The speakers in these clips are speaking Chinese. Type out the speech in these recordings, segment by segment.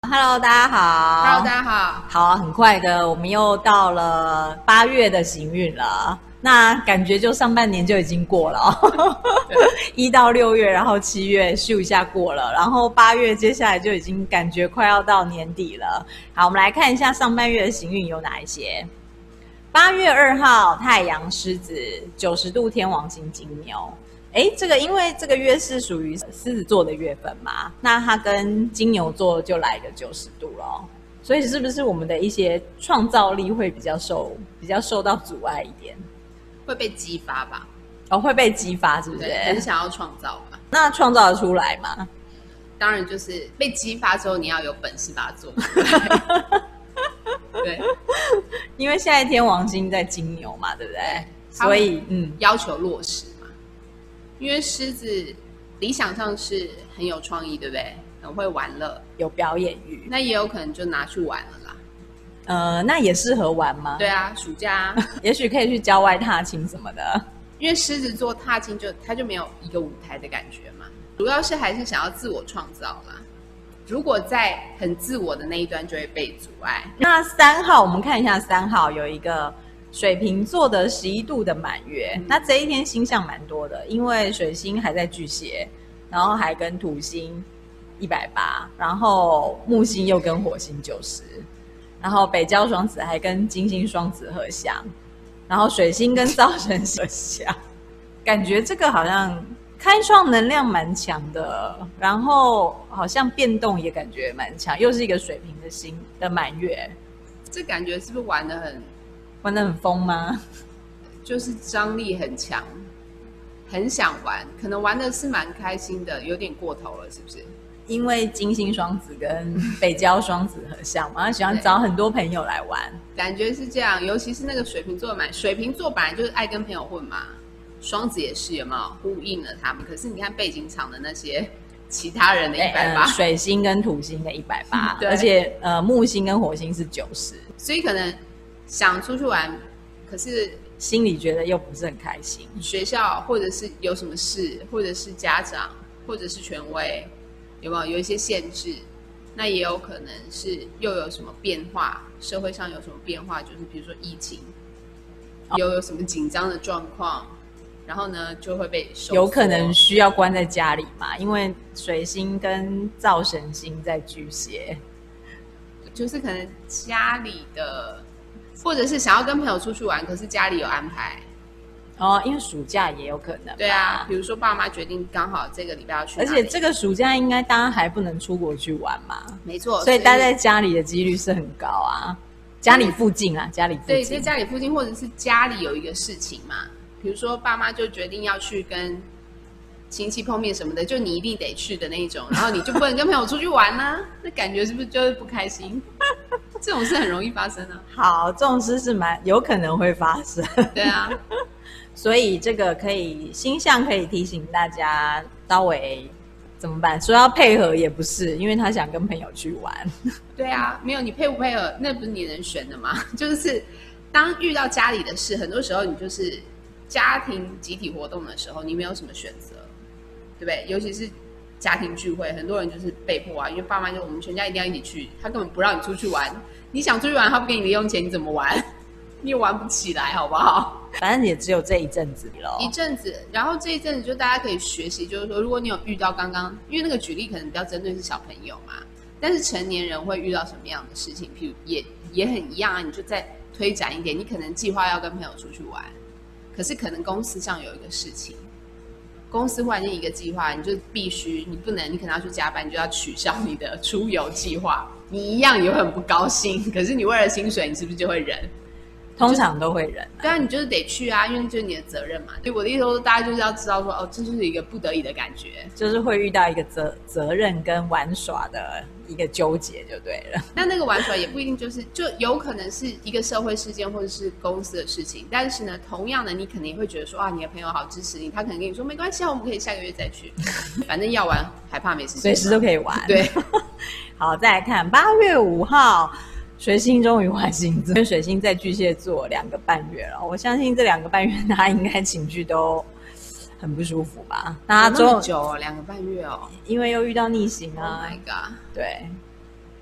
Hello， 大家好。 Hello， 大家好。 好，很快的，我们又到了8月的行运了。那感觉就上半年就已经过了1到6月，然后7月咻一下过了，然后8月接下来就已经感觉快要到年底了。好，我们来看一下上半月的行运有哪一些。8月2号，太阳狮子，90度天王星金牛。这个因为这个月是属于狮子座的月份嘛，那它跟金牛座就来个90度了，所以是不是我们的一些创造力会比较受到阻碍一点？ 会被激发吧？ 会被激发，是不是？ 很想要创造吧？ 那创造得出来吗？ 当然，就是被激发之后，你要有本事把它做出来。对， 因为现在天王星在金牛嘛，对不对？所以要求落实。因为狮子理想上是很有创意，对不对？很会玩乐， 有表演欲，那也有可能就拿去玩了啦。那也适合玩吗？ 对啊，暑假也许可以去郊外踏青什么的。 因为狮子座踏青它就没有一个舞台的感觉嘛，主要是还是想要自我创造啦。如果在很自我的那一端就会被阻碍。 那3号，我们看一下3号有一个水瓶座的11度的满月，那这一天星象蛮多的，因为水星还在巨蟹，然后还跟土星180，然后木星又跟火星90，然后北交双子还跟金星双子合相，然后水星跟灶神合相，感觉这个好像开创能量蛮强的，然后好像变动也感觉蛮强，又是一个水瓶的星的满月， 这感觉是不是玩得很疯吗？ 就是张力很强，很想玩，可能玩的是蛮开心的，有点过头了，是不是？ 因为金星双子跟北交双子合相嘛，他喜欢找很多朋友来玩， 感觉是这样。尤其是那个水瓶座水瓶座本来就是爱跟朋友混嘛，双子也是，有没有呼应了他们？可是你看背景场的那些其他人的180， 水星跟土星的180，而且木星跟火星是90， 所以可能想出去玩，可是心里觉得又不是很开心。 学校或者是有什么事，或者是家长，或者是权威，有没有一些限制？那也有可能是又有什么变化，社会上有什么变化，就是比如说疫情，又有什么紧张的状况，然后呢就会被收缩， 有可能需要关在家里嘛，因为水星跟灶神星在巨蟹， 就是可能家里的。或者是想要跟朋友出去玩，可是家里有安排因为暑假也有可能。 对啊，比如说爸妈决定刚好这个礼拜要去哪里， 而且这个暑假应该大家还不能出国去玩嘛， 没错， 所以待在家里的几率是很高啊。家里附近啊，家里附近， 对，在家里附近，或者是家里有一个事情嘛，比如说爸妈就决定要去跟亲戚碰面什么的，就你一定得去的那一种，然后你就不能跟朋友出去玩啊，那感觉是不是就是不开心？这种事很容易发生啊。 好，这种事是蛮有可能会发生。 对啊， 所以这个星象可以提醒大家稍微怎么办？说要配合也不是，因为他想跟朋友去玩。 对啊，没有你配不配合，那不是你能选的吗？就是当遇到家里的事，很多时候你就是家庭集体活动的时候，你没有什么选择，对不对？尤其是家庭聚会，很多人就是被迫啊，因为爸妈就我们全家一定要一起去，他根本不让你出去玩，你想出去玩，他不给你零用钱，你怎么玩？你也玩不起来，好不好？ 反正也只有这一阵子咯， 一阵子，然后这一阵子就大家可以学习，就是说，如果你有遇到刚刚，因为那个举例可能比较针对是小朋友嘛，但是成年人会遇到什么样的事情？譬如也很一样啊，你就再推展一点，你可能计划要跟朋友出去玩，可是可能公司上有一个事情。公司忽然间一个计划，你就必须，你不能，你可能要去加班，你就要取消你的出游计划，你一样也会很不高兴。可是你为了薪水，你是不是就会忍？ 通常都会忍。 对啊，你就是得去啊，因为这是你的责任嘛。所以我的意思说，大家就是要知道说，这就是一个不得已的感觉， 就是会遇到一个责任跟玩耍的一个纠结，就对了。 那个玩耍也不一定就有可能是一个社会事件或者是公司的事情，但是呢，同样的，你可能也会觉得说，你的朋友好支持你，他可能跟你说没关系啊，我们可以下个月再去，反正要玩还怕没时间， 随时都可以玩。 对， 好，再来看8月5号。水星终于换星座，因为水星在巨蟹座2个半月了，我相信这2个半月大家应该情绪都很不舒服吧？ 那么久哦，2个半月哦， 因为又遇到逆行啊。 Oh my god！ 对，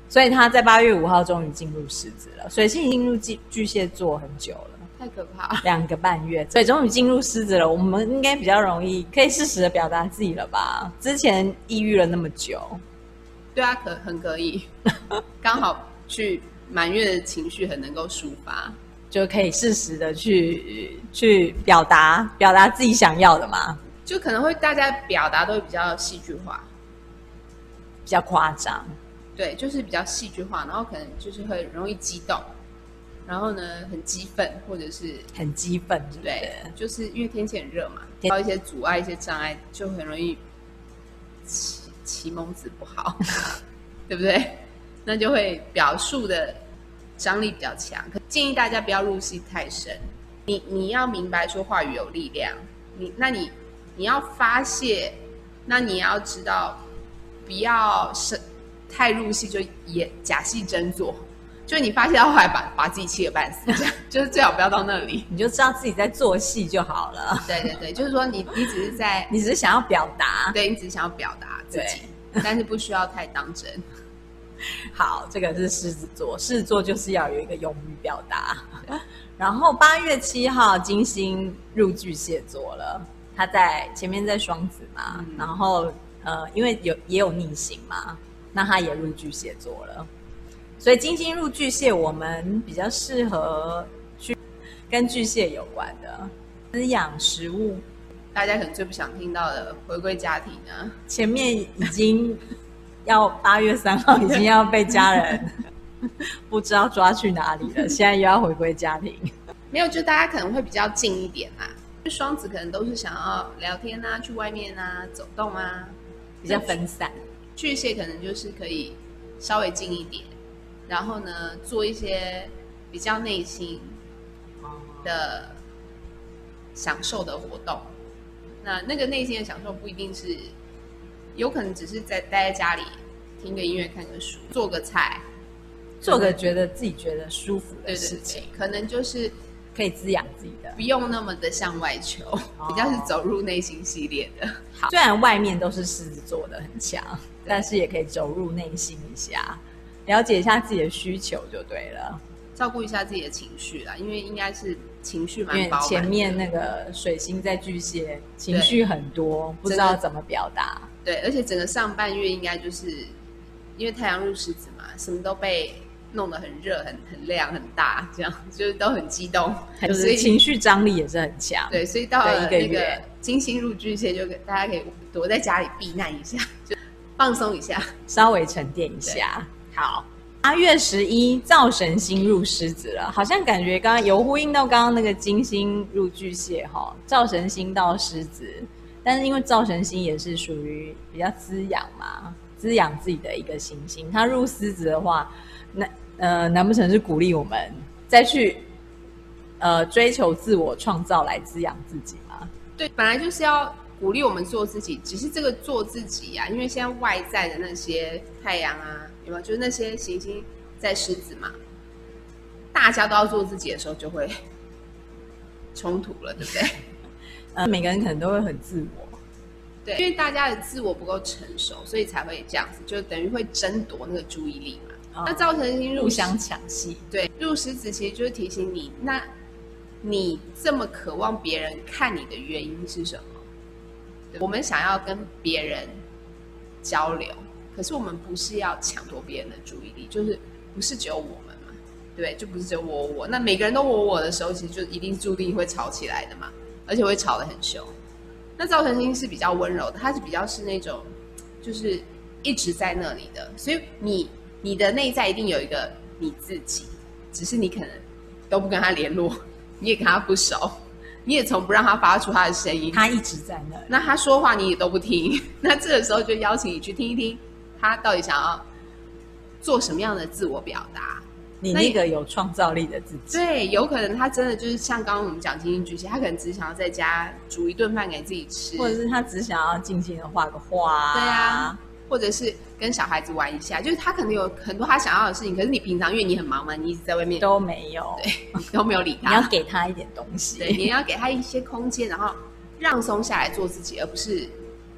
所以他在8月5号终于进入狮子了。水星已经进入巨蟹座很久了， 太可怕了 ，2个半月，所以终于进入狮子了。我们应该比较容易可以适时的表达自己了吧？之前抑郁了那么久， 对啊，很可以，刚好去满月的情绪很能够抒发， 就可以适时的去表达自己想要的嘛， 就可能会大家表达都会比较戏剧化， 比较夸张。 对，就是比较戏剧化，然后可能就是会容易激动，然后呢很激愤，或者是很激愤，是不是？ 对，就是因为天气很热嘛，遇到一些阻碍、一些障碍，就很容易奇蒙子不好，对不对？那就会表述的张力比较强。可建议大家不要入戏太深，你要明白说话语有力量，你要发泄，那你要知道不要太入戏，就也假戏真做，就是你发泄到后来把自己气得半死，这样就是最好不要到那里， 你就知道自己在做戏就好了。 对对对，就是说你只是在， 你只是想要表达， 对，你只是想要表达自己，但是不需要太当真。 好，这个是狮子座，狮子座就是要有一个勇于表达。然后8月7号，金星入巨蟹座了，他在前面在双子嘛，然后因为也有逆行嘛，那他也入巨蟹座了，所以金星入巨蟹，我们比较适合去跟巨蟹有关的滋养食物。 大家可能最不想听到的回归家庭呢， 前面已经要8月3号已经要被家人不知道抓去哪里了，现在又要回归家庭。 没有，就大家可能会比较近一点啦。双子可能都是想要聊天啊，去外面啊，走动啊， 比较分散。 巨蟹可能就是可以稍微近一点，然后呢，做一些比较内心的享受的活动。那个内心的享受不一定是，有可能只是待在家里听个音乐、看个书、做个菜， 做个自己觉得舒服的事情， 对，可能就是可以滋养自己的， 不用那么的向外求，比较是走入内心系列的。好， 虽然外面都是狮子座的很强，但是也可以走入内心一下，了解一下自己的需求就对了， 照顾一下自己的情绪啦，因为应该是情绪蛮饱满的。 因为前面那个水星在巨蟹，情绪很多，不知道怎么表达。 对，而且整个上半月应该就是因为太阳入狮子嘛，什么都被弄得很热、很亮、很大，这样就是都很激动， 就是情绪张力也是很强。 对，所以到了那个金星入巨蟹，就大家可以躲在家里避难一下，就放松一下， 稍微沉淀一下。好，8月11，灶神星入狮子了，好像感觉刚刚有呼应到刚刚那个金星入巨蟹哈，灶神星到狮子。但是因为灶神星也是属于比较滋养嘛，滋养自己的一个行星，它入狮子的话，难不成是鼓励我们再去追求自我创造来滋养自己吗？ 对，本来就是要鼓励我们做自己，只是这个做自己啊，因为现在外在的那些太阳啊，有没有？就是那些行星在狮子嘛，大家都要做自己的时候，就会冲突了，对不对？ 每个人可能都会很自我， 对，因为大家的自我不够成熟，所以才会这样子，就等于会争夺那个注意力嘛。那造成星互相抢戏， 对，入狮子其实就是提醒你，那你这么渴望别人看你的原因是什么？我们想要跟别人交流，可是我们不是要抢夺别人的注意力，就是不是只有我们嘛，对不对？就不是只有我，那每个人都我的时候，其实就一定注定会吵起来的嘛。而且会吵得很凶。那造成星是比较温柔的，它是比较是那种就是一直在那里的，所以你的内在一定有一个你自己，只是你可能都不跟他联络，你也跟他不熟，你也从不让他发出他的声音， 他一直在那里。 那他说话你也都不听，那这个时候就邀请你去听一听他到底想要做什么样的自我表达。 你那个有创造力的自己， 对，有可能他真的就是像刚刚我们讲金星巨蟹，他可能只是想要在家煮一顿饭给自己吃， 或者是他只想要尽情的画个画， 对啊，或者是跟小孩子玩一下，就是他可能有很多他想要的事情，可是你平常因为你很忙嘛，你一直在外面都没有， 对，都没有理他。 你要给他一点东西， 对，你要给他一些空间，然后放松下来做自己，而不是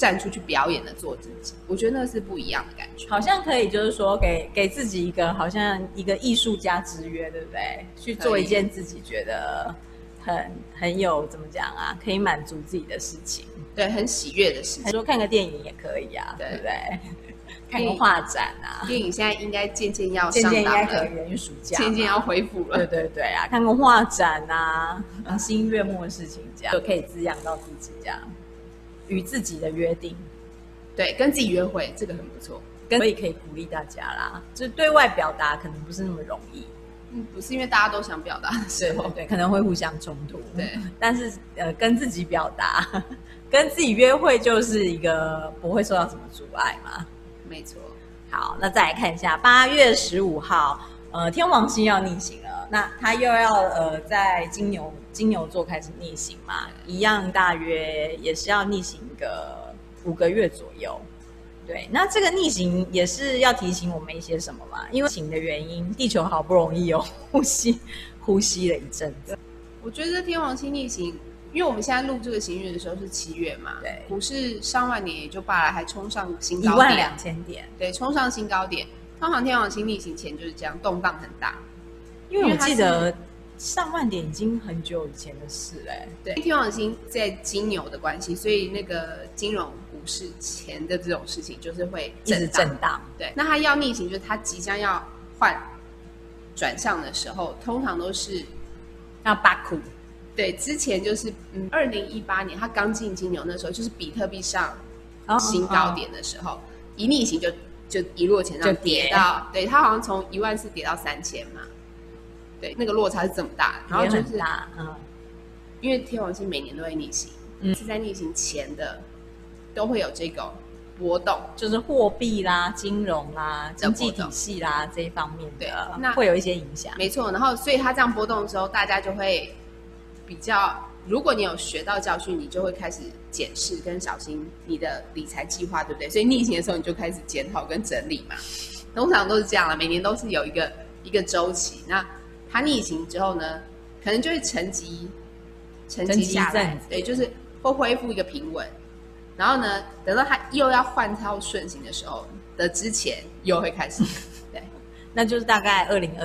站出去表演的做自己，我觉得那是不一样的感觉。 好像可以，就是说给自己一个好像一个艺术家之约，对不对？去做一件自己觉得很有怎么讲啊，可以满足自己的事情， 对，很喜悦的事情。 说看个电影也可以啊，对不对？看个画展啊， 电影现在应该渐渐要上档了， 渐渐应该可以源于暑假， 渐渐要恢复了。 对对对啊，看个画展啊，新月末的事情，这样就可以滋养到自己，这样与自己的约定， 对，跟自己约会，这个很不错。 所以可以鼓励大家啦，就是对外表达可能不是那么容易。 不是因为大家都想表达的时候， 对，可能会互相冲突。 对， 但是跟自己表达，跟自己约会就是一个不会受到什么阻碍嘛。 没错。 好，那再来看一下8月15号，天王星要逆行了，那它又要在金牛座开始逆行嘛，一样大约也是要逆行个5个月左右。对，那这个逆行也是要提醒我们一些什么嘛？因为逆行的原因，地球好不容易有呼吸了一阵子。 我觉得天王星逆行，因为我们现在录这个行运的时候是7月嘛， 对， 股市上万点也就罢了，还冲上新高点 12000点， 对，冲上新高点。通常天王星逆行前就是这样，动荡很大。 因为我记得上万点已经很久以前的事嘞。 对，天王星在金牛的关系，所以那个金融股市前的这种事情就是会一直震荡。 对，那它要逆行，就是它即将要转向的时候，通常都是要巴库。 对，之前就是2018年它刚进金牛那时候，就是比特币上新高点的时候，一逆行就一落千丈，跌到，对，它好像从14000跌到3000嘛。对，那个落差是这么大的，然后就是因为天王星每年都会逆行，是在逆行前的都会有这个波动， 就是货币啦、金融啦、经济体系啦这一方面的，那会有一些影响。 没错，然后所以它这样波动的时候，大家就会比较，如果你有学到教训，你就会开始检视跟小心你的理财计划，对不对？所以逆行的时候，你就开始检讨跟整理嘛。通常都是这样了，每年都是有一个周期。那它逆行之后呢，可能就会沉积下来，对，就是会恢复一个平稳。然后呢，等到它又要换到顺行的时候的之前，又会开始，对， 那就是大概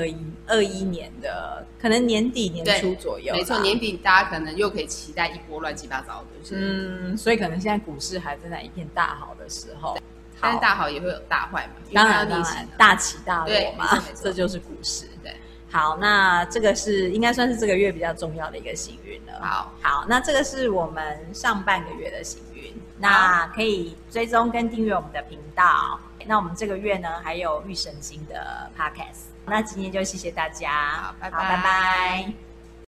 2021年的可能年底年初左右。 没错，年底大家可能又可以期待一波乱七八糟的， 所以可能现在股市还正在一片大好的时候。 但是大好也会有大坏嘛， 当然大起大落嘛，这就是股市。 对， 好，那这个是应该算是这个月比较重要的一个行运了。好，那这个是我们上半个月的行运，那可以追踪跟订阅我们的频道。那我们这个月呢还有御神星的 podcast。那今天就谢谢大家， 好，拜拜拜。